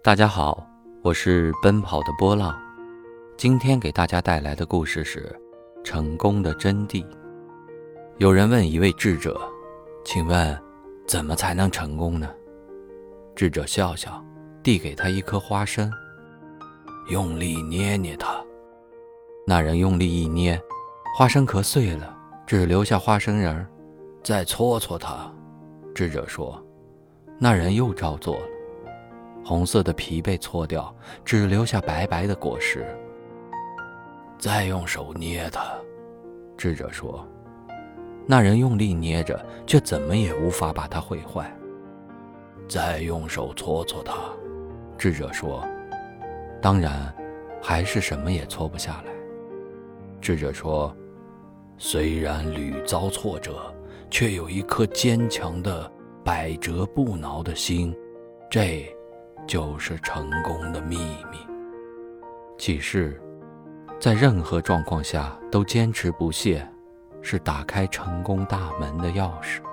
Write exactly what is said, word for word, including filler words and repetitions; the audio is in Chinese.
大家好，我是奔跑的波浪。今天给大家带来的故事是成功的真谛。有人问一位智者，请问怎么才能成功呢？智者笑笑，递给他一颗花生，用力捏捏它。那人用力一捏，花生壳碎了，只留下花生仁儿。再搓搓它，智者说。那人又照做了，红色的皮被搓掉，只留下白白的果实。再用手捏它，智者说。那人用力捏着，却怎么也无法把它毁坏。再用手搓搓它，智者说。当然，还是什么也搓不下来。智者说，虽然屡遭挫折，却有一颗坚强的百折不挠的心，这就是成功的秘密。启示：在任何状况下都坚持不懈，是打开成功大门的钥匙。